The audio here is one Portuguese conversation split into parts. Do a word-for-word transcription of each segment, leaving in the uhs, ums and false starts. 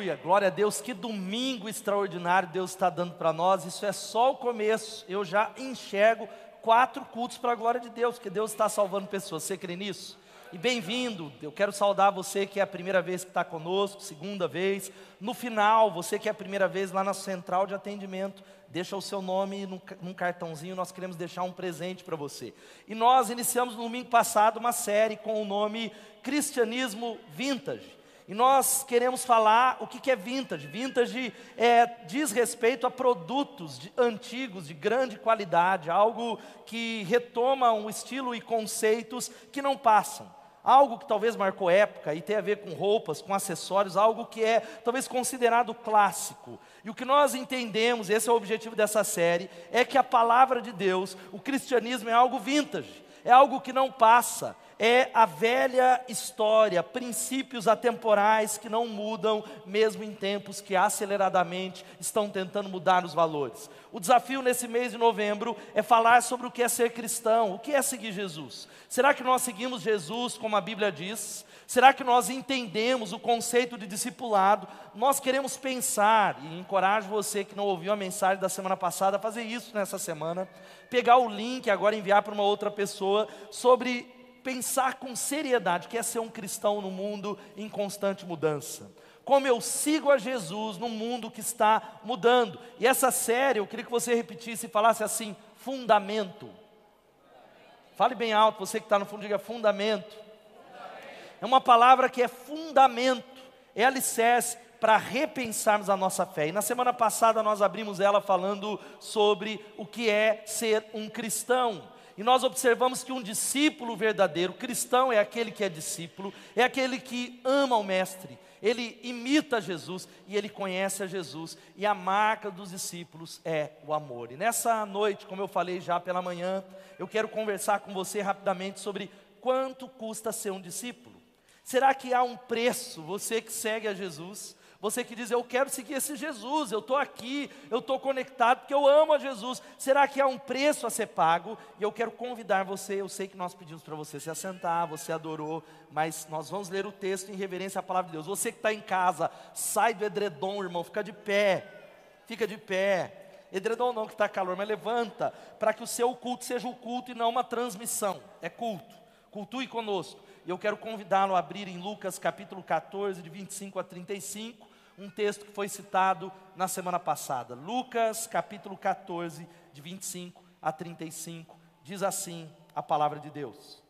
Aleluia, glória a Deus, que domingo extraordinário Deus está dando para nós. Isso é só o começo, eu já enxergo quatro cultos para a glória de Deus, porque Deus está salvando pessoas. Você crê nisso? E bem-vindo, eu quero saudar você que é a primeira vez que está conosco, segunda vez. No final, você que é a primeira vez lá na central de atendimento, deixa o seu nome num, num cartãozinho, nós queremos deixar um presente para você. E nós iniciamos no domingo passado uma série com o nome Cristianismo Vintage. E nós queremos falar o que que é vintage. Vintage é, diz respeito a produtos de, antigos, de grande qualidade, algo que retoma um estilo e conceitos que não passam. Algo que talvez marcou época e tem a ver com roupas, com acessórios, algo que é talvez considerado clássico. E o que nós entendemos, esse é o objetivo dessa série, é que a palavra de Deus, o cristianismo é algo vintage, é algo que não passa. É a velha história, princípios atemporais que não mudam, mesmo em tempos que aceleradamente estão tentando mudar os valores. O desafio nesse mês de novembro é falar sobre o que é ser cristão, o que é seguir Jesus. Será que nós seguimos Jesus como a Bíblia diz? Será que nós entendemos o conceito de discipulado? Nós queremos pensar, e encorajo você que não ouviu a mensagem da semana passada a fazer isso nessa semana, pegar o link e agora enviar para uma outra pessoa sobre pensar com seriedade o que é ser um cristão no mundo em constante mudança. Como eu sigo a Jesus no mundo que está mudando. E essa série, eu queria que você repetisse e falasse assim, fundamento. Fale bem alto, você que está no fundo, diga fundamento. É uma palavra que é fundamento, é alicerce para repensarmos a nossa fé. E na semana passada nós abrimos ela falando sobre o que é ser um cristão. E nós observamos que um discípulo verdadeiro, cristão é aquele que é discípulo, é aquele que ama o mestre, ele imita Jesus e ele conhece a Jesus. E a marca dos discípulos é o amor. E nessa noite, como eu falei já pela manhã, eu quero conversar com você rapidamente sobre quanto custa ser um discípulo. Será que há um preço, você que segue a Jesus? Você que diz, eu quero seguir esse Jesus, eu estou aqui, eu estou conectado porque eu amo a Jesus. Será que há um preço a ser pago? E eu quero convidar você, eu sei que nós pedimos para você se assentar, você adorou, mas nós vamos ler o texto em reverência à palavra de Deus. Você que está em casa, sai do edredom, irmão, fica de pé, fica de pé. Edredom não que está calor, mas levanta, para que o seu culto seja o culto e não uma transmissão, é culto, cultue conosco. E eu quero convidá-lo a abrir em Lucas capítulo catorze, de vinte e cinco a trinta e cinco, um texto que foi citado na semana passada. Lucas capítulo catorze, de vinte e cinco a trinta e cinco, diz assim a palavra de Deus.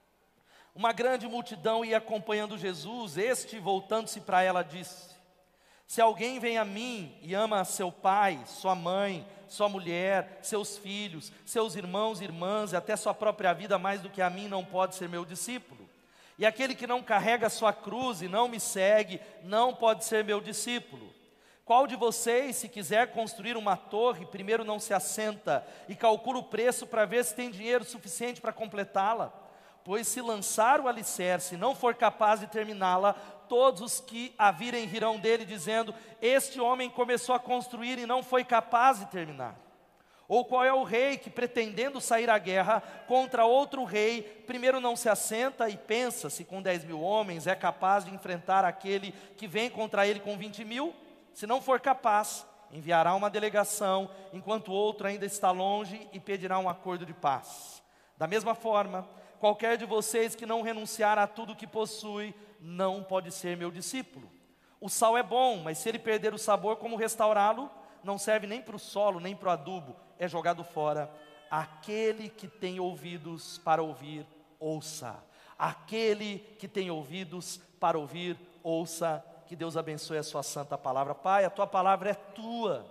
Uma grande multidão ia acompanhando Jesus, este voltando-se para ela disse, se alguém vem a mim e ama seu pai, sua mãe, sua mulher, seus filhos, seus irmãos e irmãs, e até sua própria vida mais do que a mim, não pode ser meu discípulo. E aquele que não carrega a sua cruz e não me segue, não pode ser meu discípulo. Qual de vocês, se quiser construir uma torre, primeiro não se assenta e calcula o preço para ver se tem dinheiro suficiente para completá-la? Pois se lançar o alicerce e não for capaz de terminá-la, todos os que a virem rirão dele, dizendo, este homem começou a construir e não foi capaz de terminar. Ou qual é o rei que, pretendendo sair à guerra contra outro rei, primeiro não se assenta e pensa se com dez mil homens é capaz de enfrentar aquele que vem contra ele com vinte mil? Se não for capaz, enviará uma delegação, enquanto o outro ainda está longe e pedirá um acordo de paz. Da mesma forma, qualquer de vocês que não renunciar a tudo que possui, não pode ser meu discípulo. O sal é bom, mas se ele perder o sabor, como restaurá-lo? Não serve nem para o solo, nem para o adubo, é jogado fora. Aquele que tem ouvidos para ouvir, ouça. Aquele que tem ouvidos para ouvir, ouça. Que Deus abençoe a sua santa palavra. Pai, a tua palavra é tua.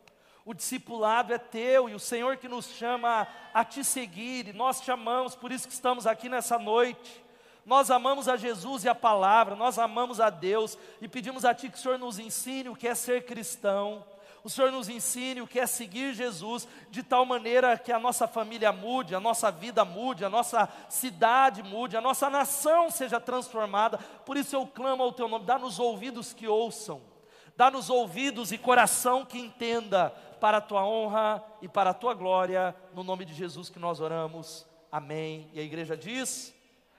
O discipulado é teu e o Senhor que nos chama a te seguir. E nós te amamos, por isso que estamos aqui nessa noite. Nós amamos a Jesus e a palavra, nós amamos a Deus e pedimos a ti que o Senhor nos ensine o que é ser cristão. O Senhor nos ensine o que é seguir Jesus, de tal maneira que a nossa família mude, a nossa vida mude, a nossa cidade mude, a nossa nação seja transformada. Por isso eu clamo ao teu nome, dá-nos ouvidos que ouçam, dá-nos ouvidos e coração que entenda, para a tua honra e para a tua glória, no nome de Jesus que nós oramos, amém. E a igreja diz, amém.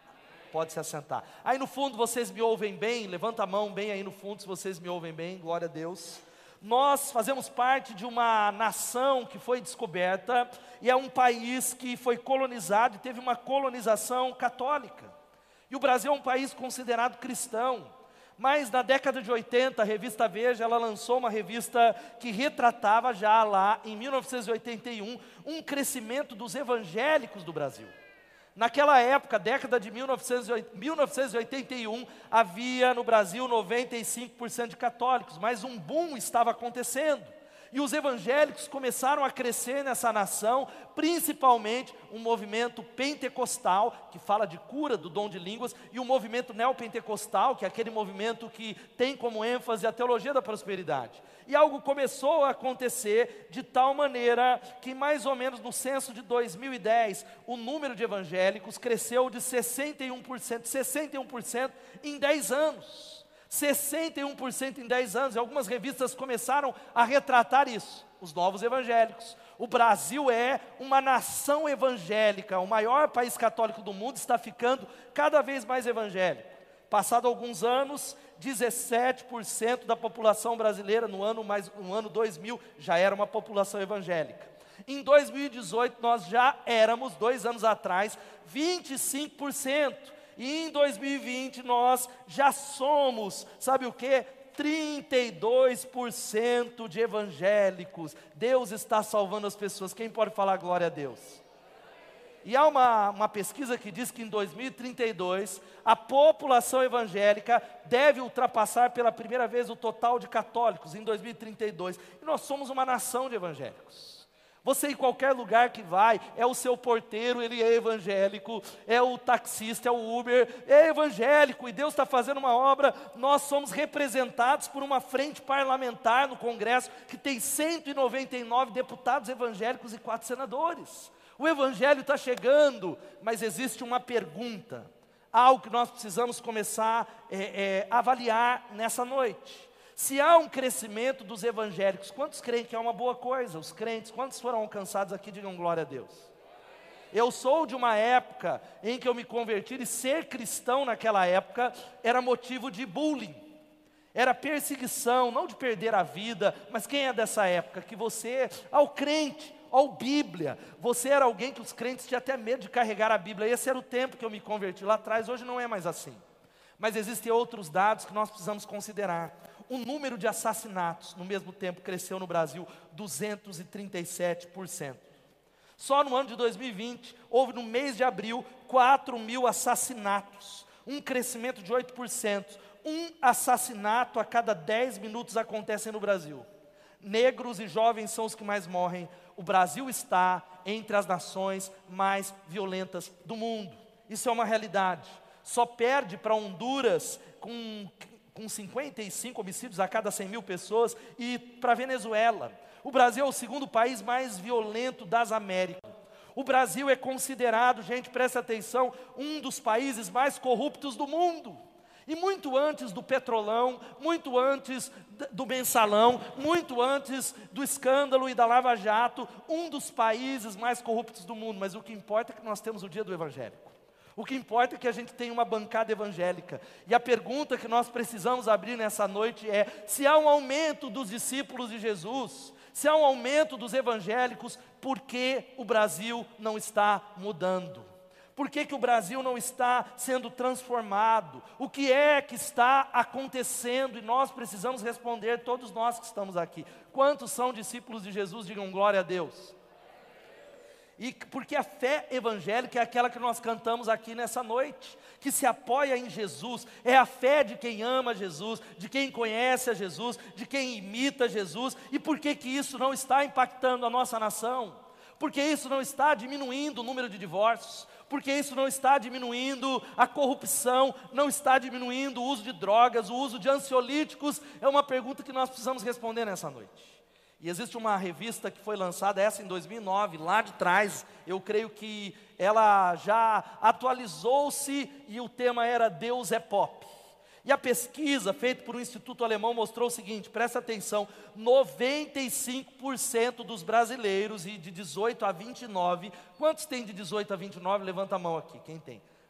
Pode se assentar. Aí no fundo vocês me ouvem bem? Levanta a mão bem aí no fundo se vocês me ouvem bem, glória a Deus. Nós fazemos parte de uma nação que foi descoberta e é um país que foi colonizado e teve uma colonização católica. E o Brasil é um país considerado cristão. Mas na década de oitenta, a revista Veja, ela lançou uma revista que retratava já lá em mil novecentos e oitenta e um, um crescimento dos evangélicos do Brasil. Naquela época, década de mil novecentos e oitenta e um, havia no Brasil noventa e cinco por cento de católicos, mas um boom estava acontecendo. E os evangélicos começaram a crescer nessa nação, principalmente um movimento pentecostal, que fala de cura do dom de línguas, e o movimento neopentecostal, que é aquele movimento que tem como ênfase a teologia da prosperidade. E algo começou a acontecer de tal maneira que mais ou menos no censo de dois mil e dez, o número de evangélicos cresceu de sessenta e um por cento, sessenta e um por cento em dez anos. sessenta e um por cento em dez anos, e algumas revistas começaram a retratar isso, os novos evangélicos. O Brasil é uma nação evangélica, o maior país católico do mundo está ficando cada vez mais evangélico. Passado alguns anos, dezessete por cento da população brasileira no ano, mais, no ano dois mil já era uma população evangélica. Em dois mil e dezoito nós já éramos, dois anos atrás, vinte e cinco por cento. E em dois mil e vinte nós já somos, sabe o que? trinta e dois por cento de evangélicos. Deus está salvando as pessoas. Quem pode falar glória a Deus? E há uma, uma pesquisa que diz que em dois mil e trinta e dois, a população evangélica deve ultrapassar pela primeira vez o total de católicos, em dois mil e trinta e dois. E nós somos uma nação de evangélicos. Você em qualquer lugar que vai, é o seu porteiro, ele é evangélico, é o taxista, é o Uber, é evangélico, e Deus está fazendo uma obra. Nós somos representados por uma frente parlamentar no Congresso, que tem cento e noventa e nove deputados evangélicos e quatro senadores. O evangelho está chegando, mas existe uma pergunta, algo que nós precisamos começar é, é, a avaliar nessa noite. Se há um crescimento dos evangélicos, quantos creem que é uma boa coisa? Os crentes, quantos foram alcançados aqui? Digam glória a Deus. Eu sou de uma época em que eu me converti, e ser cristão naquela época era motivo de bullying, era perseguição, não de perder a vida, mas quem é dessa época? Que você, ao crente, ao Bíblia, você era alguém que os crentes tinham até medo de carregar a Bíblia. Esse era o tempo que eu me converti lá atrás, hoje não é mais assim. Mas existem outros dados que nós precisamos considerar. O número de assassinatos, no mesmo tempo, cresceu no Brasil duzentos e trinta e sete por cento. Só no ano de dois mil e vinte, houve no mês de abril, quatro mil assassinatos, um crescimento de oito por cento. Um assassinato a cada dez minutos acontece no Brasil. Negros e jovens são os que mais morrem. O Brasil está entre as nações mais violentas do mundo. Isso é uma realidade. Só perde para Honduras com... com cinquenta e cinco homicídios a cada cem mil pessoas, e para a Venezuela. O Brasil é o segundo país mais violento das Américas. O Brasil é considerado, gente, presta atenção, um dos países mais corruptos do mundo. E muito antes do Petrolão, muito antes do Mensalão, muito antes do escândalo e da Lava Jato, um dos países mais corruptos do mundo. Mas o que importa é que nós temos o dia do evangélico. O que importa é que a gente tem uma bancada evangélica. E a pergunta que nós precisamos abrir nessa noite é: se há um aumento dos discípulos de Jesus, se há um aumento dos evangélicos, por que o Brasil não está mudando? Por que que o Brasil não está sendo transformado? O que é que está acontecendo? E nós precisamos responder, todos nós que estamos aqui. Quantos são discípulos de Jesus? Digam glória a Deus. E porque a fé evangélica é aquela que nós cantamos aqui nessa noite, que se apoia em Jesus, é a fé de quem ama Jesus, de quem conhece a Jesus, de quem imita Jesus. E por que que isso não está impactando a nossa nação? Porque isso não está diminuindo o número de divórcios, porque isso não está diminuindo a corrupção, não está diminuindo o uso de drogas, o uso de ansiolíticos. É uma pergunta que nós precisamos responder nessa noite. E existe uma revista que foi lançada, essa em dois mil e nove, lá de trás, eu creio que ela já atualizou-se e o tema era Deus é Pop. E a pesquisa feita por um instituto alemão mostrou o seguinte, presta atenção, noventa e cinco por cento dos brasileiros e de dezoito a vinte e nove, quantos tem de dezoito a vinte e nove? Levanta a mão aqui, quem tem?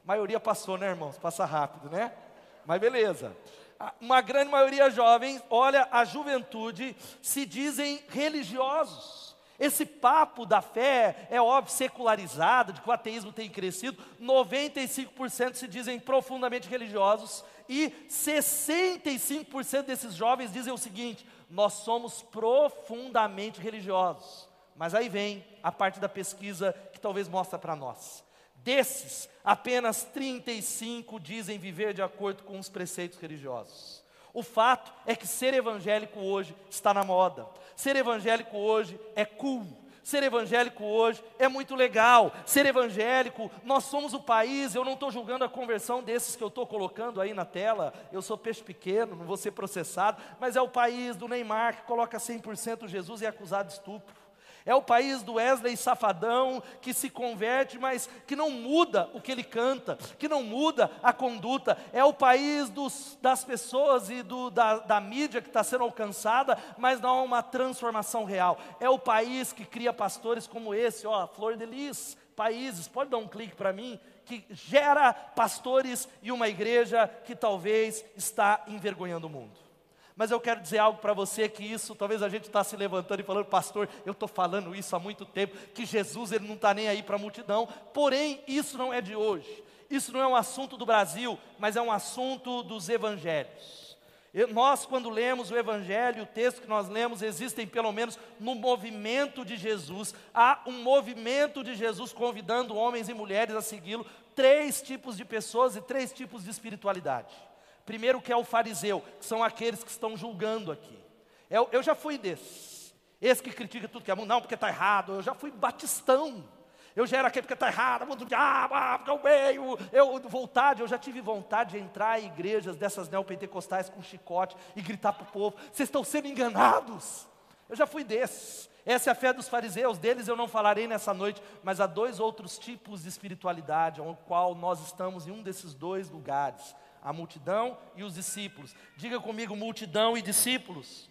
maioria passou, né, irmãos? Passa rápido, né? Mas beleza. Uma grande maioria jovens, olha, a juventude se dizem religiosos. Esse papo da fé é óbvio secularizado, de que o ateísmo tem crescido. noventa e cinco por cento se dizem profundamente religiosos e sessenta e cinco por cento desses jovens dizem o seguinte: nós somos profundamente religiosos. Mas aí vem a parte da pesquisa que talvez mostra para nós. Desses, apenas trinta e cinco dizem viver de acordo com os preceitos religiosos. O fato é que ser evangélico hoje está na moda. Ser evangélico hoje é cool. Ser evangélico hoje é muito legal. Ser evangélico, nós somos o país, eu não estou julgando a conversão desses que eu estou colocando aí na tela, eu sou peixe pequeno, não vou ser processado, mas é o país do Neymar que coloca cem por cento Jesus e é acusado de estupro. É o país do Wesley Safadão, que se converte, mas que não muda o que ele canta, que não muda a conduta. É o país dos, das pessoas e do, da, da mídia que está sendo alcançada, mas não há uma transformação real. É o país que cria pastores como esse, ó, Flor de Lis, países, pode dar um clique para mim, que gera pastores e uma igreja que talvez está envergonhando o mundo. Mas eu quero dizer algo para você, que isso, talvez a gente está se levantando e falando: pastor, eu estou falando isso há muito tempo, que Jesus ele não está nem aí para a multidão. Porém, isso não é de hoje, isso não é um assunto do Brasil, mas é um assunto dos evangelhos. Eu, nós quando lemos o evangelho, o texto que nós lemos, existem pelo menos no movimento de Jesus, há um movimento de Jesus convidando homens e mulheres a segui-lo, três tipos de pessoas e três tipos de espiritualidade. Primeiro, que é o fariseu, que são aqueles que estão julgando aqui. Eu, eu já fui desses. Esse que critica tudo que é mundo, não, porque está errado. Eu já fui batistão. Eu já era aquele porque está errado, mundo do diabo, ah, porque eu meio. Eu, vontade, eu já tive vontade de entrar em igrejas dessas neopentecostais com chicote e gritar para o povo: vocês estão sendo enganados. Eu já fui desses. Essa é a fé dos fariseus, deles eu não falarei nessa noite, mas há dois outros tipos de espiritualidade, ao qual nós estamos em um desses dois lugares. A multidão e os discípulos. Diga comigo: multidão e discípulos.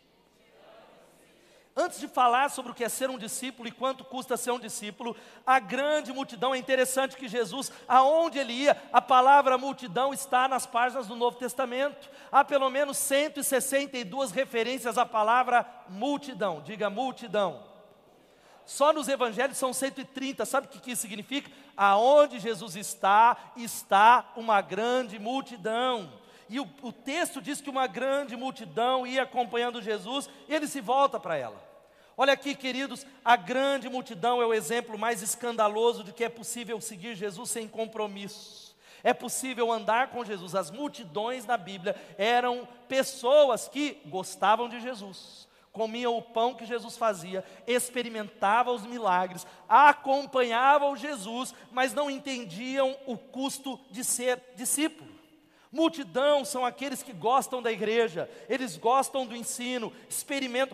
Antes de falar sobre o que é ser um discípulo e quanto custa ser um discípulo, a grande multidão, é interessante que Jesus, aonde ele ia, a palavra multidão está nas páginas do Novo Testamento. Há pelo menos cento e sessenta e duas referências à palavra multidão. Diga multidão. Só nos evangelhos são cento e trinta, sabe o que isso significa? Aonde Jesus está, está uma grande multidão. E o, o texto diz que uma grande multidão ia acompanhando Jesus e ele se volta para ela. Olha aqui, queridos, a grande multidão é o exemplo mais escandaloso de que é possível seguir Jesus sem compromisso. É possível andar com Jesus. As multidões na Bíblia eram pessoas que gostavam de Jesus, comiam o pão que Jesus fazia, experimentavam os milagres, acompanhavam Jesus, mas não entendiam o custo de ser discípulo. Multidão são aqueles que gostam da igreja, eles gostam do ensino, experimentam,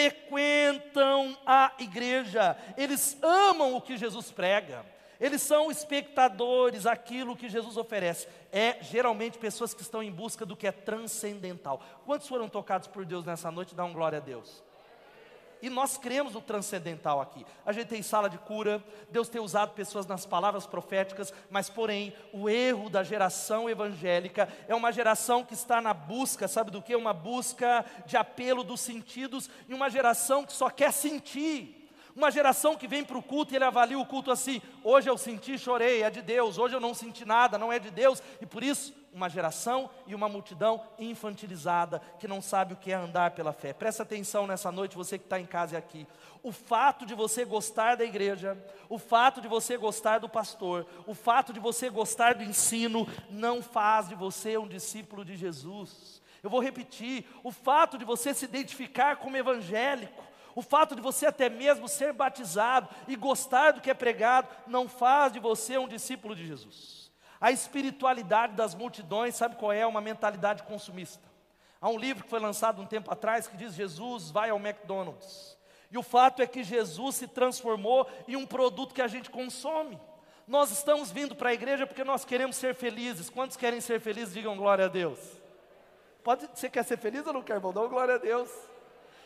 frequentam a igreja, eles amam o que Jesus prega, eles são espectadores, aquilo que Jesus oferece. É geralmente pessoas que estão em busca do que é transcendental. Quantos foram tocados por Deus nessa noite? Dá um glória a Deus. E nós cremos no transcendental aqui. A gente tem sala de cura, Deus tem usado pessoas nas palavras proféticas, mas porém, o erro da geração evangélica é uma geração que está na busca, sabe do que? Uma busca de apelo dos sentidos, e uma geração que só quer sentir. Uma geração que vem para o culto e ele avalia o culto assim: hoje eu senti, chorei, é de Deus. Hoje eu não senti nada, não é de Deus. E por isso, uma geração e uma multidão infantilizada, que não sabe o que é andar pela fé. Presta atenção nessa noite, você que está em casa e aqui. O fato de você gostar da igreja, o fato de você gostar do pastor, o fato de você gostar do ensino, não faz de você um discípulo de Jesus. Eu vou repetir: o fato de você se identificar como evangélico, o fato de você até mesmo ser batizado e gostar do que é pregado, não faz de você um discípulo de Jesus. A espiritualidade das multidões, sabe qual é? Uma mentalidade consumista. Há um livro que foi lançado um tempo atrás que diz: Jesus vai ao McDonald's. E o fato é que Jesus se transformou em um produto que a gente consome. Nós estamos vindo para a igreja porque nós queremos ser felizes. Quantos querem ser felizes? Digam glória a Deus. Pode, você quer ser feliz ou não quer, irmão? Dá glória a Deus.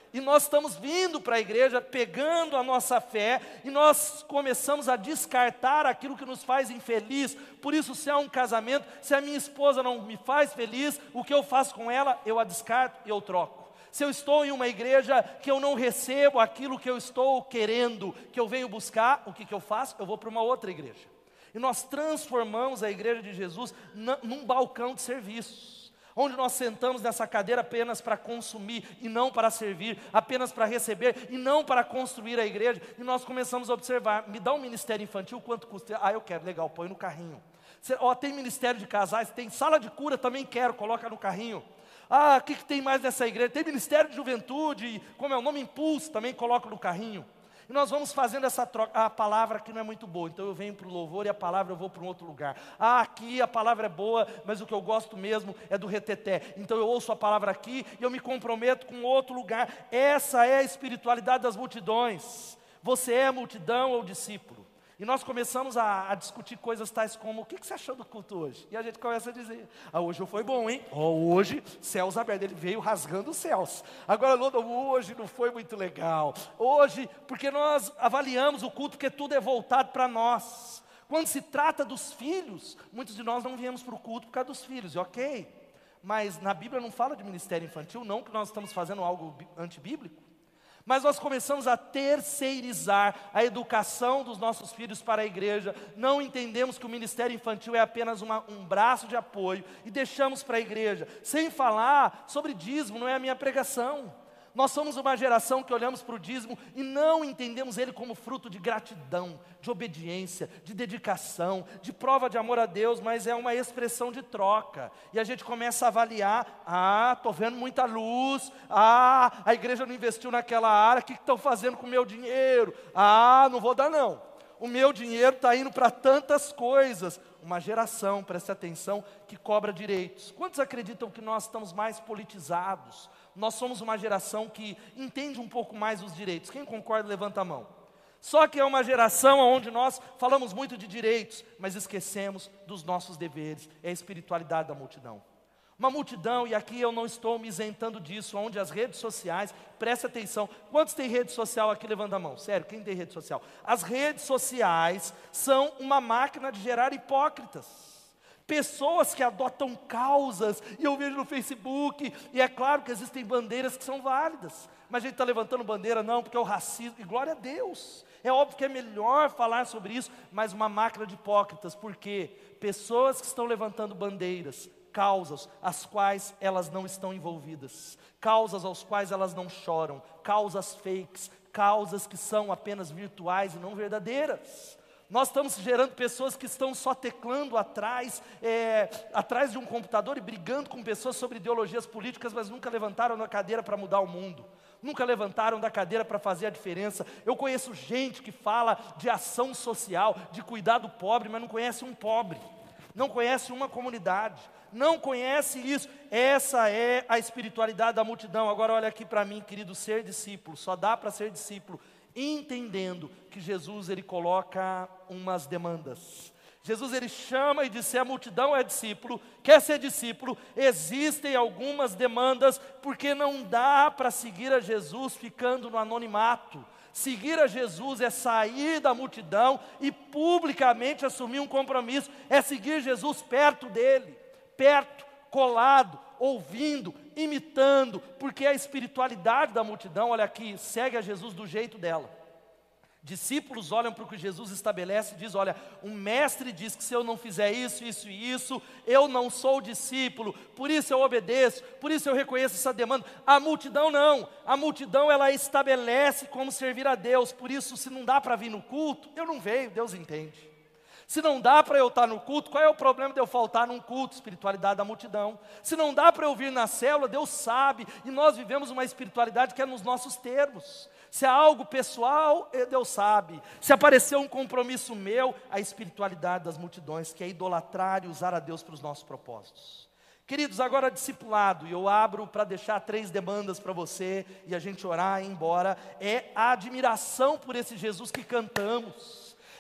E nós estamos vindo para a igreja, pegando a nossa fé, e nós começamos a descartar aquilo que nos faz infeliz. Por isso, se há um casamento, se a minha esposa não me faz feliz, o que eu faço com ela? Eu a descarto e eu troco. Se eu estou em uma igreja que eu não recebo aquilo que eu estou querendo, que eu venho buscar, o que, que eu faço? Eu vou para uma outra igreja. E nós transformamos a igreja de Jesus num balcão de serviços, onde nós sentamos nessa cadeira apenas para consumir e não para servir, apenas para receber e não para construir a igreja. E nós começamos a observar, me dá um ministério infantil, quanto custa? Ah, eu quero, legal, põe no carrinho. Ó, tem ministério de casais, tem sala de cura, também quero, coloca no carrinho. Ah, o que, que tem mais nessa igreja? Tem ministério de juventude, como é o nome, Impulso, também coloca no carrinho. E nós vamos fazendo essa troca. Ah, a palavra aqui não é muito boa, então eu venho para o louvor e a palavra eu vou para um outro lugar. Ah, aqui a palavra é boa, mas o que eu gosto mesmo é do reteté. Então eu ouço a palavra aqui e eu me comprometo com outro lugar. Essa é a espiritualidade das multidões. Você é multidão ou discípulo? E nós começamos a, a discutir coisas tais como: o que, que você achou do culto hoje? E a gente começa a dizer: ah, hoje foi bom, hein? Oh, hoje, céus abertos, ele veio rasgando os céus. Agora, hoje não foi muito legal. Hoje, porque nós avaliamos o culto, porque tudo é voltado para nós. Quando se trata dos filhos, muitos de nós não viemos para o culto por causa dos filhos, e ok. Mas na Bíblia não fala de ministério infantil, não que nós estamos fazendo algo antibíblico. Mas nós começamos a terceirizar a educação dos nossos filhos para a igreja. Não entendemos que o ministério infantil é apenas uma, um braço de apoio e deixamos para a igreja. Sem falar sobre dízimo, não é a minha pregação. Nós somos uma geração que olhamos para o dízimo e não entendemos ele como fruto de gratidão, de obediência, de dedicação, de prova de amor a Deus, mas é uma expressão de troca. E a gente começa a avaliar: ah, estou vendo muita luz, ah, a igreja não investiu naquela área, o que estão fazendo com o meu dinheiro? Ah, não vou dar não. O meu dinheiro está indo para tantas coisas. Uma geração, preste atenção, que cobra direitos. Quantos acreditam que nós estamos mais politizados? Nós somos uma geração que entende um pouco mais os direitos. Quem concorda, levanta a mão. Só que é uma geração onde nós falamos muito de direitos, mas esquecemos dos nossos deveres. É a espiritualidade da multidão. Uma multidão, e aqui eu não estou me isentando disso, onde as redes sociais, presta atenção, quantos tem rede social aqui? Levanta a mão, sério, quem tem rede social? As redes sociais são uma máquina de gerar hipócritas. Pessoas que adotam causas, e eu vejo no Facebook, e é claro que existem bandeiras que são válidas, mas a gente está levantando bandeira, não, porque é o racismo, e glória a Deus, é óbvio que é melhor falar sobre isso, mas uma máquina de hipócritas, porque pessoas que estão levantando bandeiras, causas as quais elas não estão envolvidas, causas aos quais elas não choram, causas fakes, causas que são apenas virtuais e não verdadeiras. Nós estamos gerando pessoas que estão só teclando atrás, é, atrás de um computador e brigando com pessoas sobre ideologias políticas, mas nunca levantaram da cadeira para mudar o mundo. Nunca levantaram da cadeira para fazer a diferença. Eu conheço gente que fala de ação social, de cuidar do pobre, mas não conhece um pobre. Não conhece uma comunidade. Não conhece isso. Essa é a espiritualidade da multidão. Agora olha aqui para mim, querido, ser discípulo. Só dá para ser discípulo entendendo que Jesus, ele coloca umas demandas. Jesus, ele chama e diz: se a multidão é discípulo, quer ser discípulo, existem algumas demandas, porque não dá para seguir a Jesus ficando no anonimato. Seguir a Jesus é sair da multidão e publicamente assumir um compromisso, é seguir Jesus perto dele, perto, colado, ouvindo, imitando, porque a espiritualidade da multidão, olha aqui, segue a Jesus do jeito dela. Discípulos olham para o que Jesus estabelece e diz: olha, um mestre diz que se eu não fizer isso, isso e isso, eu não sou discípulo, por isso eu obedeço, por isso eu reconheço essa demanda. A multidão não, a multidão ela estabelece como servir a Deus, por isso se não dá para vir no culto, eu não venho, Deus entende. Se não dá para eu estar no culto, qual é o problema de eu faltar num culto? Espiritualidade da multidão. Se não dá para eu vir na célula, Deus sabe, e nós vivemos uma espiritualidade que é nos nossos termos. Se é algo pessoal, Deus sabe. Se aparecer um compromisso meu, a espiritualidade das multidões, que é idolatrar e usar a Deus para os nossos propósitos. Queridos, agora discipulado, e eu abro para deixar três demandas para você, e a gente orar e ir embora, é a admiração por esse Jesus que cantamos.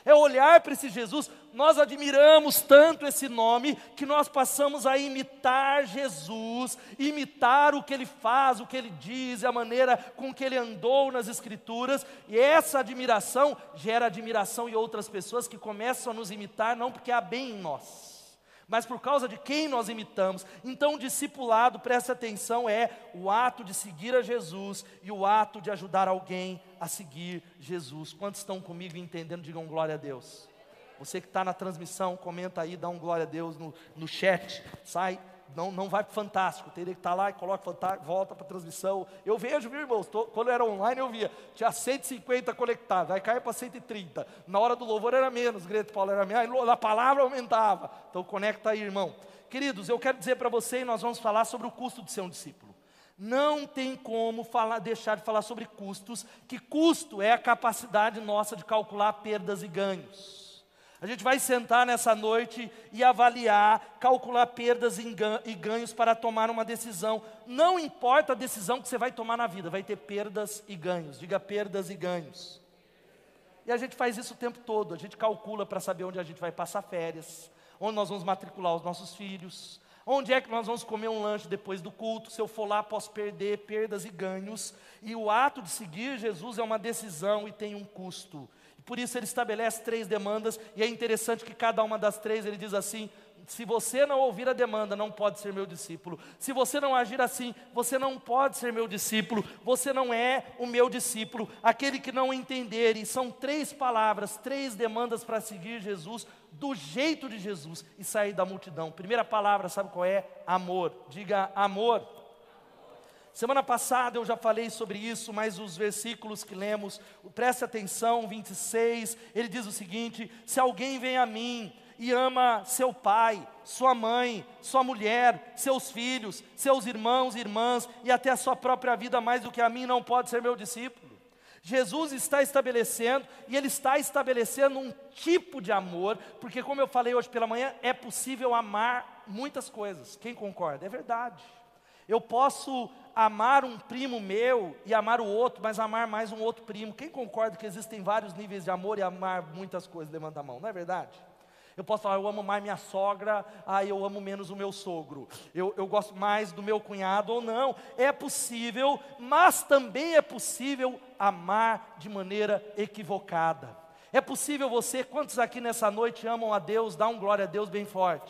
é olhar para esse Jesus. Nós admiramos tanto esse nome, que nós passamos a imitar Jesus, imitar o que Ele faz, o que Ele diz, a maneira com que Ele andou nas Escrituras, e essa admiração gera admiração em outras pessoas que começam a nos imitar, não porque há bem em nós, mas por causa de quem nós imitamos. Então o discipulado, presta atenção, é o ato de seguir a Jesus e o ato de ajudar alguém a seguir Jesus. Quantos estão comigo entendendo? Digam glória a Deus. Você que está na transmissão, comenta aí, dá um glória a Deus no, no chat, sai, não, não vai para o Fantástico, teria que estar lá e coloca Fantástico, volta para a transmissão. Eu vejo, viu, irmãos, tô, quando era online eu via, tinha cento e cinquenta conectados, aí caiu para cento e trinta, na hora do louvor era menos, Greta Paulo era menos, aí na palavra aumentava. Então conecta aí, irmão. Queridos, eu quero dizer para você, e nós vamos falar sobre o custo de ser um discípulo. Não tem como falar, deixar de falar sobre custos, que custo é a capacidade nossa de calcular perdas e ganhos. A gente vai sentar nessa noite e avaliar, calcular perdas e ganhos para tomar uma decisão. Não importa a decisão que você vai tomar na vida, vai ter perdas e ganhos. Diga perdas e ganhos. E a gente faz isso o tempo todo, a gente calcula para saber onde a gente vai passar férias, onde nós vamos matricular os nossos filhos, onde é que nós vamos comer um lanche depois do culto. Se eu for lá, posso perder, perdas e ganhos. E o ato de seguir Jesus é uma decisão e tem um custo. Por isso ele estabelece três demandas, e é interessante que cada uma das três ele diz assim: se você não ouvir a demanda, não pode ser meu discípulo. Se você não agir assim, você não pode ser meu discípulo. Você não é o meu discípulo. Aquele que não entender, e são três palavras, três demandas para seguir Jesus, do jeito de Jesus e sair da multidão. Primeira palavra, sabe qual é? Amor. Diga amor. Semana passada eu já falei sobre isso, mas os versículos que lemos, preste atenção, vinte e seis, ele diz o seguinte: se alguém vem a mim e ama seu pai, sua mãe, sua mulher, seus filhos, seus irmãos e irmãs, e até a sua própria vida mais do que a mim, não pode ser meu discípulo. Jesus está estabelecendo, e Ele está estabelecendo um tipo de amor, porque como eu falei hoje pela manhã, é possível amar muitas coisas. Quem concorda? É verdade. Eu posso amar um primo meu e amar o outro, mas amar mais um outro primo. Quem concorda que existem vários níveis de amor e amar muitas coisas? Levanta a mão, não é verdade? Eu posso falar, eu amo mais minha sogra, ah, eu amo menos o meu sogro. Eu, eu gosto mais do meu cunhado ou não. É possível, mas também é possível amar de maneira equivocada. É possível você, quantos aqui nessa noite amam a Deus, dá um glória a Deus bem forte.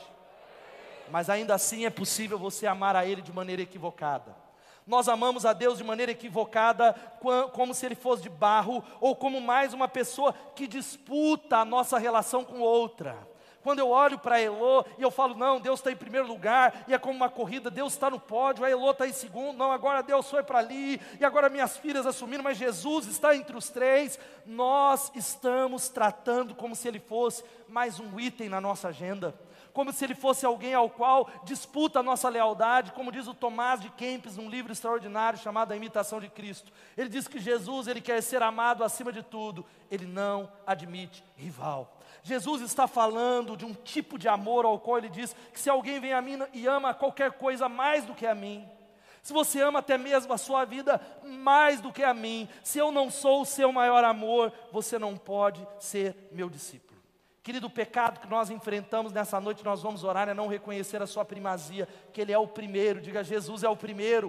Mas ainda assim é possível você amar a Ele de maneira equivocada. Nós amamos a Deus de maneira equivocada, como se Ele fosse de barro, ou como mais uma pessoa que disputa a nossa relação com outra. Quando eu olho para a Elô e eu falo, não, Deus está em primeiro lugar, e é como uma corrida, Deus está no pódio, a Elô está em segundo, não, agora Deus foi para ali, e agora minhas filhas assumiram, mas Jesus está entre os três. Nós estamos tratando como se Ele fosse mais um item na nossa agenda, como se Ele fosse alguém ao qual disputa a nossa lealdade, como diz o Tomás de Kempis, num livro extraordinário chamado A Imitação de Cristo. Ele diz que Jesus, Ele quer ser amado acima de tudo, Ele não admite rival. Jesus está falando de um tipo de amor ao qual Ele diz que se alguém vem a mim e ama qualquer coisa mais do que a mim, se você ama até mesmo a sua vida mais do que a mim, se eu não sou o seu maior amor, você não pode ser meu discípulo. Querido, o pecado que nós enfrentamos nessa noite, nós vamos orar, é não reconhecer a sua primazia, que Ele é o primeiro. Diga, Jesus é o primeiro.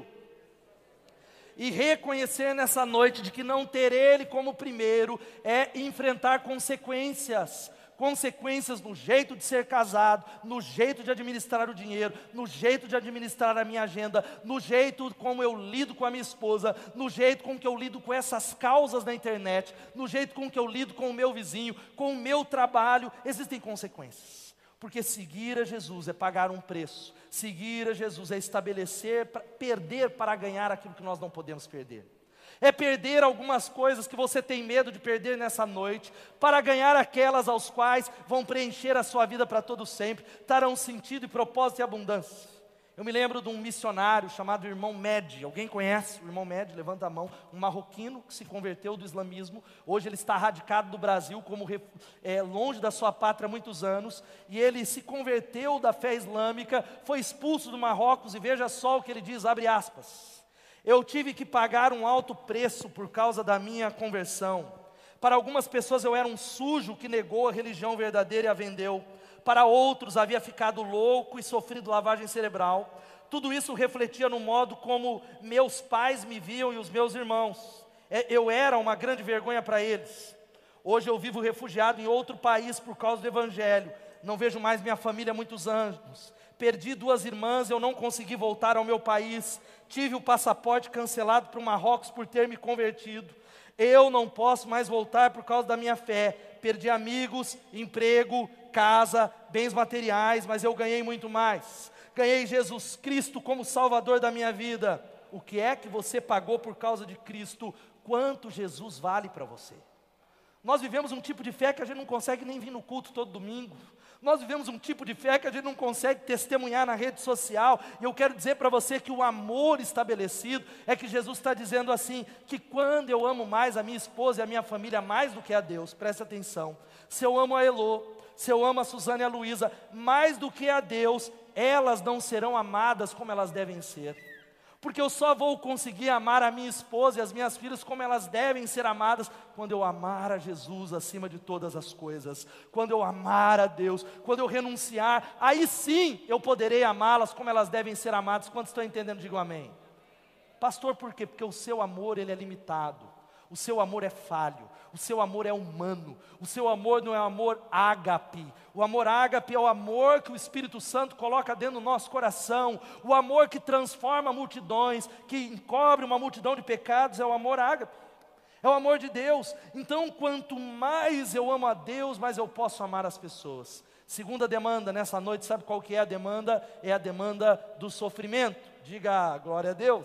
E reconhecer nessa noite de que não ter Ele como primeiro é enfrentar consequências. Consequências no jeito de ser casado, no jeito de administrar o dinheiro, no jeito de administrar a minha agenda, no jeito como eu lido com a minha esposa, no jeito com que eu lido com essas causas na internet, no jeito com que eu lido com o meu vizinho, com o meu trabalho. Existem consequências, porque seguir a Jesus é pagar um preço, seguir a Jesus é estabelecer, perder para ganhar aquilo que nós não podemos perder. É perder algumas coisas que você tem medo de perder nessa noite, para ganhar aquelas aos quais vão preencher a sua vida para todo sempre, darão sentido e propósito e abundância. Eu me lembro de um missionário chamado Irmão Medi. Alguém conhece o Irmão Medi? Levanta a mão. Um marroquino que se converteu do islamismo. Hoje ele está radicado do Brasil, como é, longe da sua pátria há muitos anos. E ele se converteu da fé islâmica, foi expulso do Marrocos, e veja só o que ele diz, abre aspas. Eu tive que pagar um alto preço por causa da minha conversão. Para algumas pessoas eu era um sujo que negou a religião verdadeira e a vendeu. Para outros havia ficado louco e sofrido lavagem cerebral. Tudo isso refletia no modo como meus pais me viam e os meus irmãos. Eu era uma grande vergonha para eles. Hoje eu vivo refugiado em outro país por causa do Evangelho. Não vejo mais minha família há muitos anos. Perdi duas irmãs, eu não consegui voltar ao meu país. Tive o passaporte cancelado para o Marrocos por ter me convertido. Eu não posso mais voltar por causa da minha fé. Perdi amigos, emprego, casa, bens materiais, mas eu ganhei muito mais. Ganhei Jesus Cristo como Salvador da minha vida. O que é que você pagou por causa de Cristo? Quanto Jesus vale para você? Nós vivemos um tipo de fé que a gente não consegue nem vir no culto todo domingo. Nós vivemos um tipo de fé que a gente não consegue testemunhar na rede social. E eu quero dizer para você que o amor estabelecido é que Jesus está dizendo assim, que quando eu amo mais a minha esposa e a minha família mais do que a Deus, preste atenção, se eu amo a Elô, se eu amo a Suzana e a Luísa mais do que a Deus, elas não serão amadas como elas devem ser. Porque eu só vou conseguir amar a minha esposa e as minhas filhas como elas devem ser amadas, quando eu amar a Jesus acima de todas as coisas, quando eu amar a Deus, quando eu renunciar, aí sim eu poderei amá-las como elas devem ser amadas. Quantos estão entendendo? Digam amém. Pastor, por quê? Porque o seu amor, ele é limitado. O seu amor é falho, o seu amor é humano, o seu amor não é amor ágape. O amor ágape é o amor que o Espírito Santo coloca dentro do nosso coração. O amor que transforma multidões, que encobre uma multidão de pecados, é o amor ágape. É o amor de Deus. Então, quanto mais eu amo a Deus, mais eu posso amar as pessoas. Segunda demanda nessa noite, sabe qual que é a demanda? É a demanda do sofrimento. Diga glória a Deus.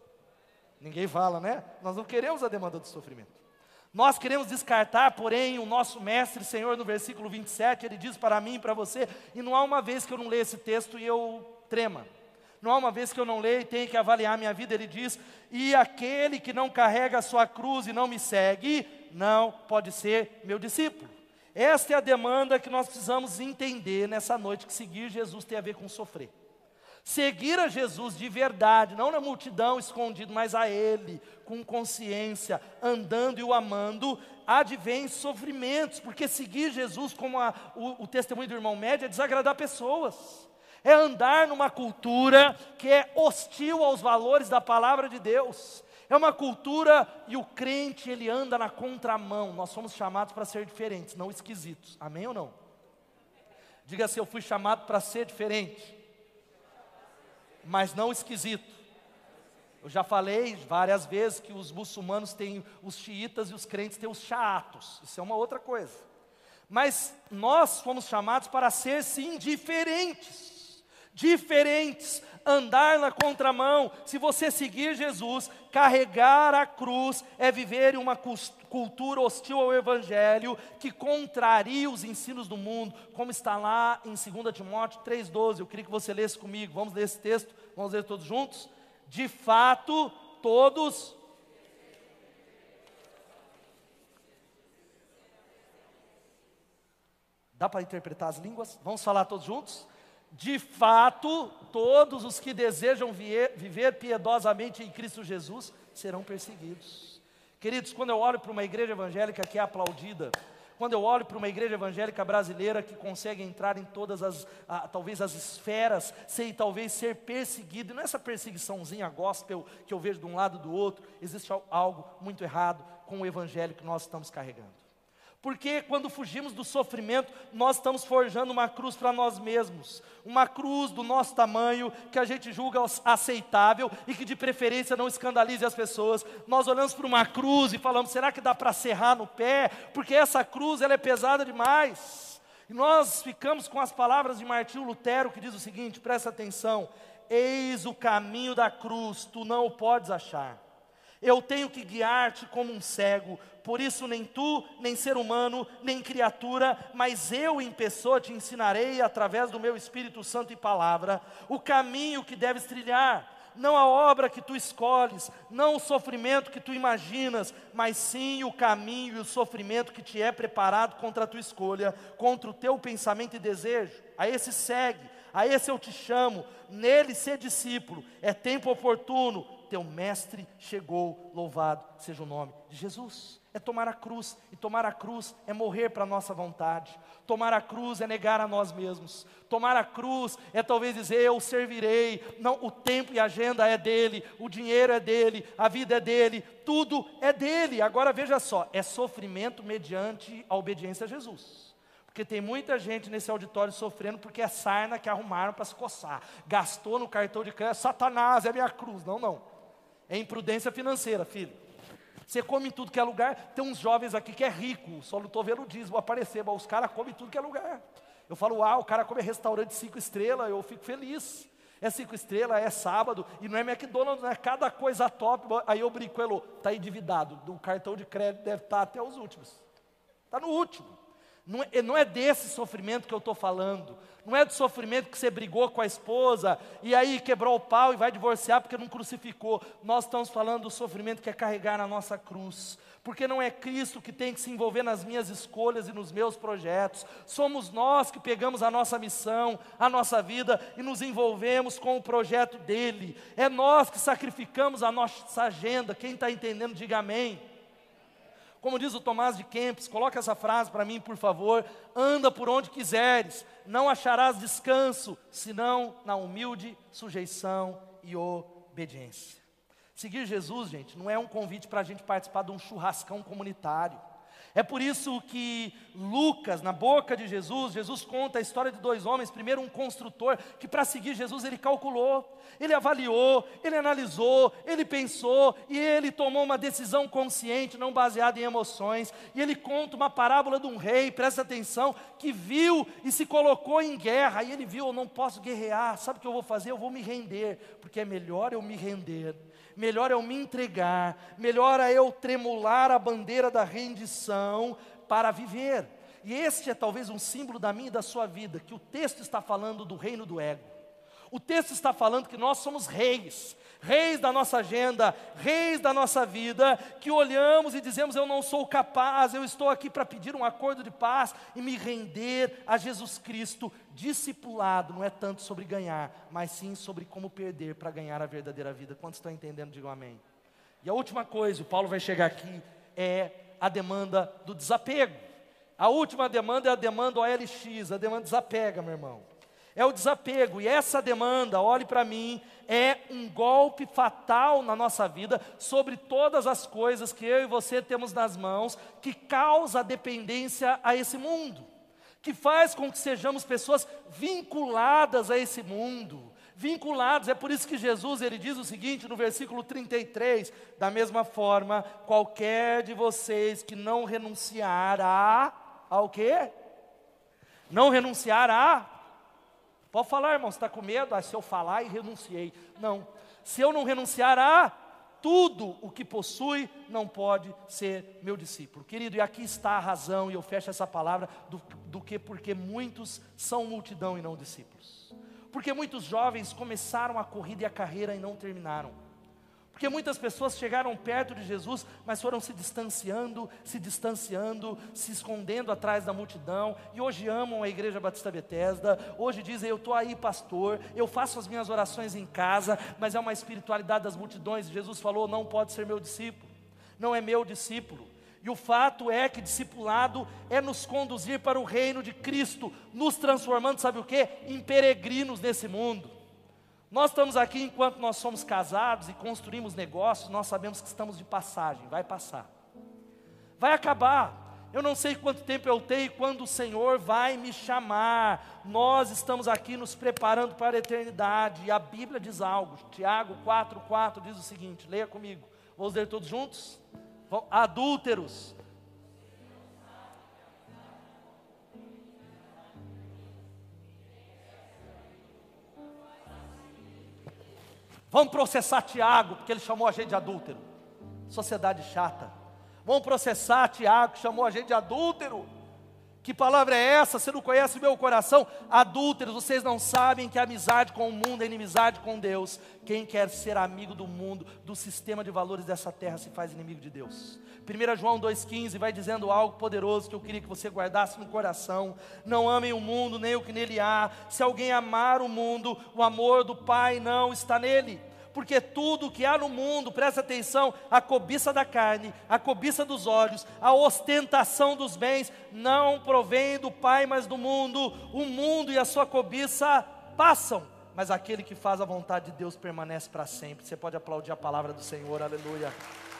Ninguém fala, né? Nós não queremos a demanda do sofrimento. Nós queremos descartar, porém, o nosso mestre, Senhor, no versículo vinte e sete, ele diz para mim e para você, e não há uma vez que eu não leia esse texto e eu trema. Não há uma vez que eu não leio e tenho que avaliar a minha vida. Ele diz, e aquele que não carrega a sua cruz e não me segue, não pode ser meu discípulo. Esta é a demanda que nós precisamos entender nessa noite, que seguir Jesus tem a ver com sofrer. Seguir a Jesus de verdade, não na multidão escondido, mas a Ele, com consciência, andando e o amando, advém sofrimentos, porque seguir Jesus, como a, o, o testemunho do irmão médio, é desagradar pessoas, é andar numa cultura que é hostil aos valores da palavra de Deus, é uma cultura, e o crente ele anda na contramão. Nós somos chamados para ser diferentes, não esquisitos, amém ou não? Diga assim, eu fui chamado para ser diferente, mas não esquisito. Eu já falei várias vezes que os muçulmanos têm os xiitas e os crentes têm os xaatos. Isso é uma outra coisa. Mas nós fomos chamados para ser sim diferentes. Diferentes, andar na contramão. Se você seguir Jesus, carregar a cruz é viver em uma cultura hostil ao Evangelho, que contraria os ensinos do mundo, como está lá em dois Timóteo três, doze. Eu queria que você lesse comigo. Vamos ler esse texto, vamos ler todos juntos? De fato, todos... Dá para interpretar as línguas? Vamos falar todos juntos? De fato, todos os que desejam vier, viver piedosamente em Cristo Jesus serão perseguidos. Queridos, quando eu olho para uma igreja evangélica que é aplaudida, quando eu olho para uma igreja evangélica brasileira que consegue entrar em todas as, ah, talvez as esferas, sem talvez ser perseguido, e não é essa perseguiçãozinha gospel que eu vejo de um lado e do outro, existe algo muito errado com o evangelho que nós estamos carregando. Porque quando fugimos do sofrimento, nós estamos forjando uma cruz para nós mesmos. Uma cruz do nosso tamanho, que a gente julga aceitável e que de preferência não escandalize as pessoas. Nós olhamos para uma cruz e falamos, será que dá para serrar no pé? Porque essa cruz ela é pesada demais. E nós ficamos com as palavras de Martinho Lutero, que diz o seguinte, presta atenção. Eis o caminho da cruz, tu não o podes achar. Eu tenho que guiar-te como um cego, por isso nem tu, nem ser humano, nem criatura, mas eu em pessoa te ensinarei através do meu Espírito Santo e palavra, o caminho que deves trilhar, não a obra que tu escolhes, não o sofrimento que tu imaginas, mas sim o caminho e o sofrimento que te é preparado contra a tua escolha, contra o teu pensamento e desejo. A esse segue, a esse eu te chamo, nele ser discípulo, é tempo oportuno, teu mestre chegou, louvado seja o nome de Jesus. É tomar a cruz, e tomar a cruz é morrer para a nossa vontade. Tomar a cruz é negar a nós mesmos. Tomar a cruz é talvez dizer, eu servirei. Não, o tempo e a agenda é dele, o dinheiro é dele, a vida é dele, tudo é dele. Agora veja só, é sofrimento mediante a obediência a Jesus. Porque tem muita gente nesse auditório sofrendo porque é sarna que arrumaram para se coçar. Gastou no cartão de crédito, Satanás, é a minha cruz. Não, não. É imprudência financeira, filho. Você come em tudo que é lugar. Tem uns jovens aqui que é rico, só não estou vendo o dízimo aparecer, mas os caras comem em tudo que é lugar. Eu falo, ah, o cara come restaurante cinco estrelas, eu fico feliz. É cinco estrelas, é sábado, e não é McDonald's, não é cada coisa top. Aí eu brinco, ele está endividado, do cartão de crédito deve estar até os últimos. Está no último. Não é, não é desse sofrimento que eu estou falando. Não é do sofrimento que você brigou com a esposa e aí quebrou o pau e vai divorciar porque não crucificou. Nós estamos falando do sofrimento que é carregar na nossa cruz. Porque não é Cristo que tem que se envolver nas minhas escolhas e nos meus projetos. Somos nós que pegamos a nossa missão, a nossa vida e nos envolvemos com o projeto dele. É nós que sacrificamos a nossa agenda. Quem está entendendo, diga amém. Como diz o Tomás de Kempis, coloca essa frase para mim, por favor. Anda por onde quiseres, não acharás descanso, senão na humilde sujeição e obediência. Seguir Jesus, gente, não é um convite para a gente participar de um churrascão comunitário. É por isso que Lucas, na boca de Jesus, Jesus conta a história de dois homens. Primeiro um construtor, que para seguir Jesus ele calculou, ele avaliou, ele analisou, ele pensou, e ele tomou uma decisão consciente, não baseada em emoções. E ele conta uma parábola de um rei, presta atenção, que viu e se colocou em guerra. E ele viu, eu não posso guerrear, sabe o que eu vou fazer? Eu vou me render, porque é melhor eu me render. Melhor eu me entregar, melhor é eu tremular a bandeira da rendição para viver. E este é talvez um símbolo da minha e da sua vida, que o texto está falando do reino do ego. O texto está falando que nós somos reis, reis da nossa agenda, reis da nossa vida, que olhamos e dizemos, eu não sou capaz, eu estou aqui para pedir um acordo de paz e me render a Jesus Cristo. Discipulado não é tanto sobre ganhar, mas sim sobre como perder para ganhar a verdadeira vida. Quantos estão entendendo, digam amém. E a última coisa, o Paulo vai chegar aqui, é a demanda do desapego. A última demanda é a demanda O L X, a demanda desapega, meu irmão. É o desapego, e essa demanda, olhe para mim, é um golpe fatal na nossa vida, sobre todas as coisas que eu e você temos nas mãos, que causa dependência a esse mundo, que faz com que sejamos pessoas vinculadas a esse mundo, vinculados. É por isso que Jesus, ele diz o seguinte no versículo trinta e três, da mesma forma, qualquer de vocês que não renunciar a, ao quê? Não renunciar a... Pode falar, irmão, você está com medo? Ah, se eu falar e renunciei. Não, se eu não renunciar a tudo o que possui, não pode ser meu discípulo. Querido, e aqui está a razão, e eu fecho essa palavra, do, do que porque muitos são multidão e não discípulos. Porque muitos jovens começaram a corrida e a carreira e não terminaram. Porque muitas pessoas chegaram perto de Jesus, mas foram se distanciando, se distanciando, se escondendo atrás da multidão, e hoje amam a Igreja Batista Bethesda, hoje dizem, eu estou aí pastor, eu faço as minhas orações em casa, mas é uma espiritualidade das multidões. Jesus falou, não pode ser meu discípulo, não é meu discípulo. E o fato é que discipulado é nos conduzir para o reino de Cristo, nos transformando, sabe o quê? Em peregrinos nesse mundo. Nós estamos aqui enquanto nós somos casados e construímos negócios, nós sabemos que estamos de passagem, vai passar. Vai acabar. Eu não sei quanto tempo eu tenho e quando o Senhor vai me chamar. Nós estamos aqui nos preparando para a eternidade. E a Bíblia diz algo. Tiago quatro, quatro diz o seguinte, leia comigo. Vamos ler todos juntos? Adúlteros. Vamos processar Tiago, porque ele chamou a gente de adúltero. Sociedade chata. Vamos processar Tiago, que chamou a gente de adúltero. Que palavra é essa? Você não conhece o meu coração? Adúlteros, vocês não sabem que a amizade com o mundo é inimizade com Deus. Quem quer ser amigo do mundo, do sistema de valores dessa terra, se faz inimigo de Deus. primeiro João dois quinze vai dizendo algo poderoso que eu queria que você guardasse no coração. Não amem o mundo, nem o que nele há. Se alguém amar o mundo, o amor do Pai não está nele. Porque tudo que há no mundo, presta atenção, a cobiça da carne, a cobiça dos olhos, a ostentação dos bens, não provém do Pai, mas do mundo. O mundo e a sua cobiça passam, mas aquele que faz a vontade de Deus permanece para sempre. Você pode aplaudir a palavra do Senhor, aleluia.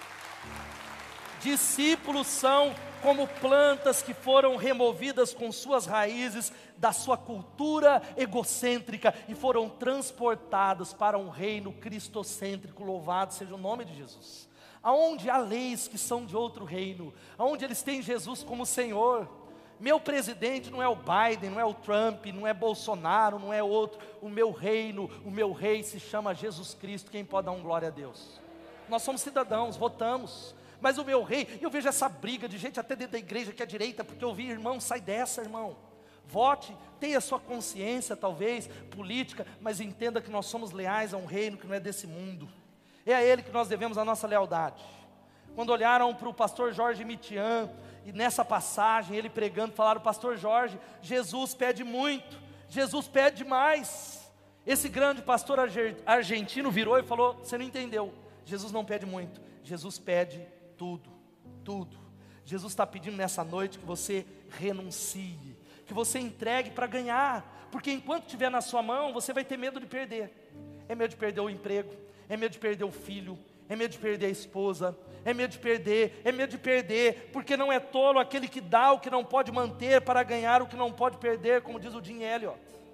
Discípulos são como plantas que foram removidas com suas raízes da sua cultura egocêntrica e foram transportadas para um reino cristocêntrico. Louvado seja o nome de Jesus. Aonde há leis que são de outro reino, aonde eles têm Jesus como Senhor. Meu presidente não é o Biden, não é o Trump, não é Bolsonaro, não é outro. O meu reino, o meu rei se chama Jesus Cristo. Quem pode dar um glória a Deus? Nós somos cidadãos, votamos. Mas o meu rei, eu vejo essa briga de gente até dentro da igreja que é direita, porque eu vi, irmão, sai dessa, irmão. Vote, tenha a sua consciência, talvez, política, mas entenda que nós somos leais a um reino que não é desse mundo. É a ele que nós devemos a nossa lealdade. Quando olharam para o pastor Jorge Mitian, e nessa passagem, ele pregando, falaram: pastor Jorge, Jesus pede muito, Jesus pede mais. Esse grande pastor argentino virou e falou: você não entendeu, Jesus não pede muito, Jesus pede tudo, tudo. Jesus está pedindo nessa noite que você renuncie, que você entregue para ganhar, porque enquanto estiver na sua mão, você vai ter medo de perder. É medo de perder o emprego, é medo de perder o filho, é medo de perder a esposa, é medo de perder, é medo de perder, porque não é tolo aquele que dá o que não pode manter para ganhar o que não pode perder, como diz o Jim Elliot.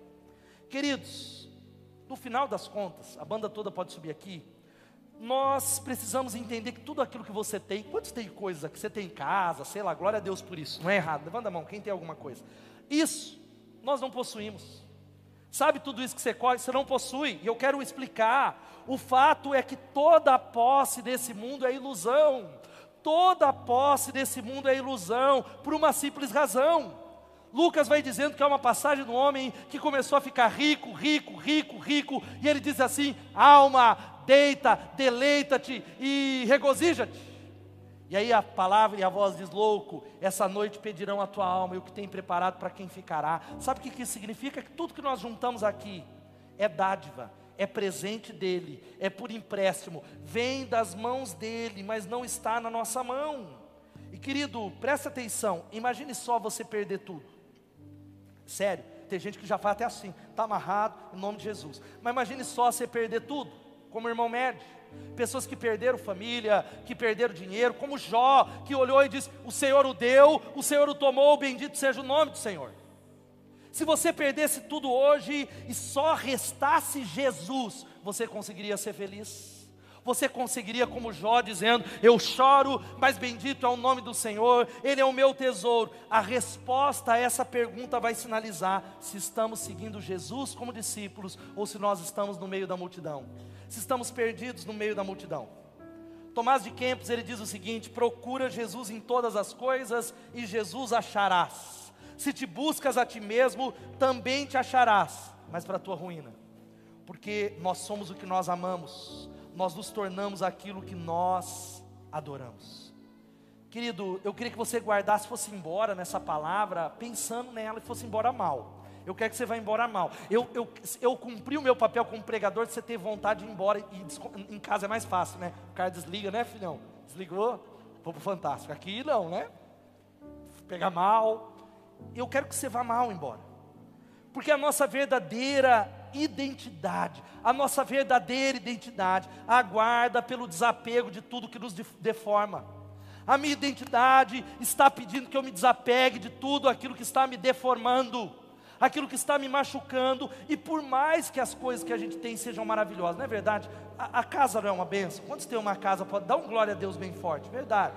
Queridos, no final das contas, a banda toda pode subir aqui, nós precisamos entender que tudo aquilo que você tem, quantos tem coisas que você tem em casa, sei lá, glória a Deus por isso, não é errado, levanta a mão, quem tem alguma coisa, isso, nós não possuímos. Sabe tudo isso que você corre, você não possui, e eu quero explicar. O fato é que toda a posse desse mundo é ilusão, toda a posse desse mundo é ilusão, por uma simples razão. Lucas vai dizendo que é uma passagem do homem que começou a ficar rico, rico, rico, rico, e ele diz assim: alma, deita, deleita-te e regozija-te. E aí a palavra e a voz diz: louco, essa noite pedirão a tua alma e o que tem preparado para quem ficará. Sabe o que isso significa? Que tudo que nós juntamos aqui é dádiva, é presente dele, é por empréstimo, vem das mãos dele, mas não está na nossa mão. E querido, presta atenção, imagine só você perder tudo. Sério, tem gente que já fala até assim, está amarrado em nome de Jesus. Mas imagine só você perder tudo, como o irmão Merd. Pessoas que perderam família, que perderam dinheiro, como Jó, que olhou e disse: o Senhor o deu, o Senhor o tomou, bendito seja o nome do Senhor. Se você perdesse tudo hoje e só restasse Jesus, você conseguiria ser feliz? Você conseguiria, como Jó, dizendo: eu choro, mas bendito é o nome do Senhor, Ele é o meu tesouro? A resposta a essa pergunta vai sinalizar se estamos seguindo Jesus como discípulos ou se nós estamos no meio da multidão, se estamos perdidos no meio da multidão. Tomás de Kempis, ele diz o seguinte: procura Jesus em todas as coisas e Jesus acharás. Se te buscas a ti mesmo, também te acharás, mas para a tua ruína, porque nós somos o que nós amamos, nós nos tornamos aquilo que nós adoramos. Querido, eu queria que você guardasse, fosse embora nessa palavra, pensando nela e fosse embora mal. Eu quero que você vá embora mal. Eu, eu, eu cumpri o meu papel como pregador de você ter vontade de ir embora, e em casa é mais fácil, né? O cara desliga, né, filhão? Desligou? Vou pro Fantástico. Aqui não, né? Pegar mal. Eu quero que você vá mal embora, porque a nossa verdadeira identidade, a nossa verdadeira identidade aguarda pelo desapego de tudo que nos deforma. A minha identidade está pedindo que eu me desapegue de tudo aquilo que está me deformando, aquilo que está me machucando. E por mais que as coisas que a gente tem sejam maravilhosas, não é verdade? A, a casa não é uma bênção? Quantos tem uma casa? Pode dar um glória a Deus bem forte, verdade.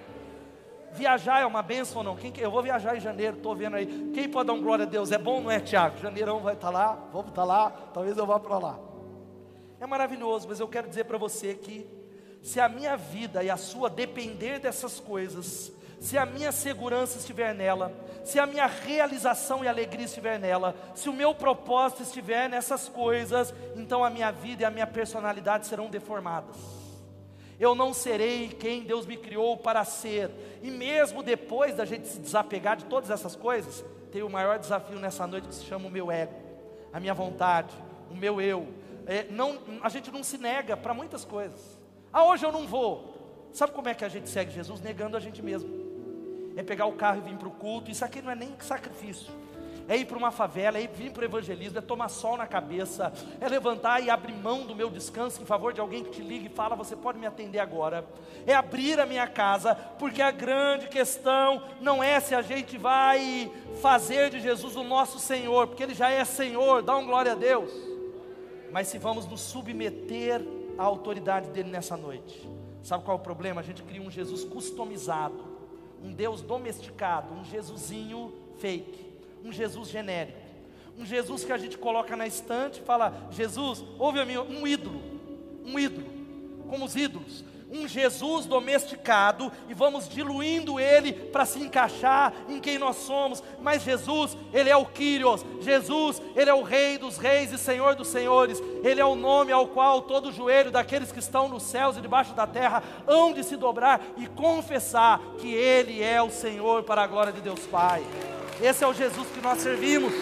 Viajar é uma bênção ou não? Quem, eu vou viajar em janeiro, estou vendo aí. Quem pode dar um glória a Deus? É bom, não é, Tiago? Janeirão vai estar lá, vamos estar lá, talvez eu vá para lá. É maravilhoso, mas eu quero dizer para você que se a minha vida e a sua depender dessas coisas, se a minha segurança estiver nela, se a minha realização e alegria estiver nela, se o meu propósito estiver nessas coisas, então a minha vida e a minha personalidade serão deformadas. Eu não serei quem Deus me criou para ser. E mesmo depois da gente se desapegar de todas essas coisas, tem o maior desafio nessa noite, que se chama o meu ego, a minha vontade, o meu eu, é, não, a gente não se nega para muitas coisas. Ah, hoje eu não vou. Sabe como é que a gente segue Jesus? Negando a gente mesmo. É pegar o carro e vir para o culto. Isso aqui não é nem sacrifício. É ir para uma favela, é ir vir para o evangelismo, é tomar sol na cabeça, é levantar e abrir mão do meu descanso em favor de alguém que te liga e fala, você pode me atender agora. É abrir a minha casa, porque a grande questão não é se a gente vai fazer de Jesus o nosso Senhor, porque Ele já é Senhor, dá um glória a Deus. Mas se vamos nos submeter à autoridade dEle nessa noite. Sabe qual é o problema? A gente cria um Jesus customizado, um Deus domesticado, um Jesusinho fake. Um Jesus genérico, um Jesus que a gente coloca na estante e fala, Jesus, ouve a mim, um ídolo, um ídolo, como os ídolos, um Jesus domesticado, e vamos diluindo Ele para se encaixar em quem nós somos, mas Jesus, Ele é o Kyrios, Jesus, Ele é o Rei dos reis e Senhor dos senhores, Ele é o nome ao qual todo joelho daqueles que estão nos céus e debaixo da terra hão de se dobrar e confessar que Ele é o Senhor para a glória de Deus Pai. Esse é o Jesus que nós servimos.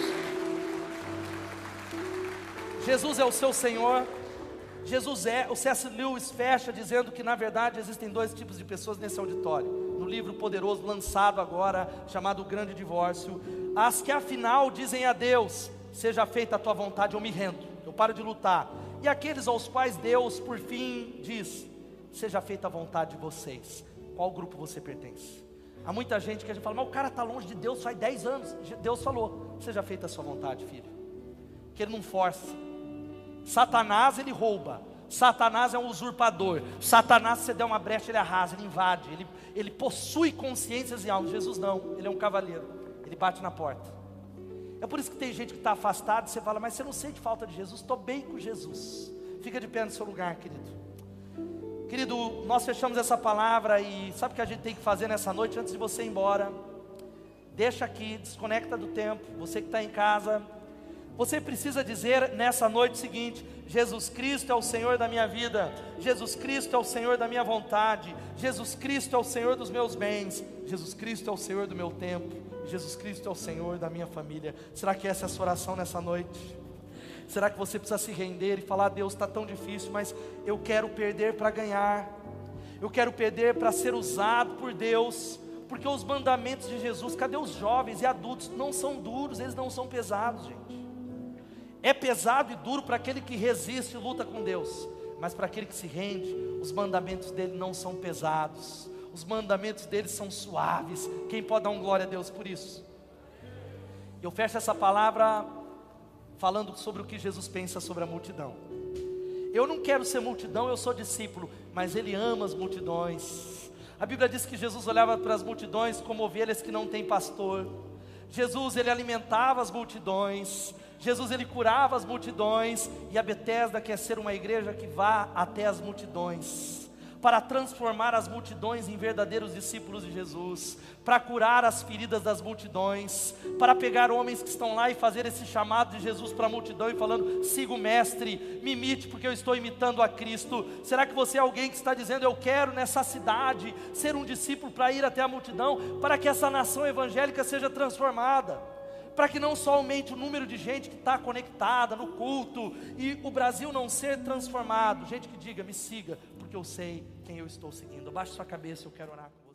Jesus é o seu Senhor. Jesus é, o C S Lewis fecha dizendo que na verdade existem dois tipos de pessoas nesse auditório. No livro poderoso lançado agora, chamado O Grande Divórcio. As que afinal dizem a Deus, seja feita a tua vontade, eu me rendo, eu paro de lutar. E aqueles aos quais Deus por fim diz, seja feita a vontade de vocês. Qual grupo você pertence? Há muita gente que a gente fala, mas o cara está longe de Deus faz dez anos. Deus falou, seja feita a sua vontade, filho. Que Ele não força. Satanás, ele rouba. Satanás é um usurpador. Satanás, se você der uma brecha, ele arrasa, ele invade. Ele, ele possui consciências e almas. Jesus não, ele é um cavaleiro. Ele bate na porta. É por isso que tem gente que está afastada e você fala, mas você não sente falta de Jesus? Estou bem com Jesus. Fica de pé no seu lugar, querido. Querido, nós fechamos essa palavra e sabe o que a gente tem que fazer nessa noite antes de você ir embora? Deixa aqui, desconecta do tempo, você que está em casa. Você precisa dizer nessa noite o seguinte, Jesus Cristo é o Senhor da minha vida, Jesus Cristo é o Senhor da minha vontade, Jesus Cristo é o Senhor dos meus bens, Jesus Cristo é o Senhor do meu tempo, Jesus Cristo é o Senhor da minha família. Será que essa é a sua oração nessa noite? Será que você precisa se render e falar, Deus, está tão difícil, mas eu quero perder para ganhar, eu quero perder para ser usado por Deus, porque os mandamentos de Jesus, cadê os jovens e adultos? Não são duros, eles não são pesados, gente. É pesado e duro para aquele que resiste e luta com Deus, mas para aquele que se rende, os mandamentos dele não são pesados, os mandamentos dele são suaves. Quem pode dar um glória a Deus por isso? Eu fecho essa palavra falando sobre o que Jesus pensa sobre a multidão. Eu não quero ser multidão, eu sou discípulo, mas Ele ama as multidões. A Bíblia diz que Jesus olhava para as multidões como ovelhas que não têm pastor. Jesus, Ele alimentava as multidões. Jesus, Ele curava as multidões. E a Betesda quer ser uma igreja que vá até as multidões, para transformar as multidões em verdadeiros discípulos de Jesus, para curar as feridas das multidões, para pegar homens que estão lá e fazer esse chamado de Jesus para a multidão e falando, siga o mestre, me imite porque eu estou imitando a Cristo. Será que você é alguém que está dizendo, eu quero nessa cidade ser um discípulo para ir até a multidão, para que essa nação evangélica seja transformada, para que não só aumente o número de gente que está conectada no culto e o Brasil não ser transformado, gente que diga, me siga, porque eu sei quem eu estou seguindo. Abaixe sua cabeça, eu quero orar com você.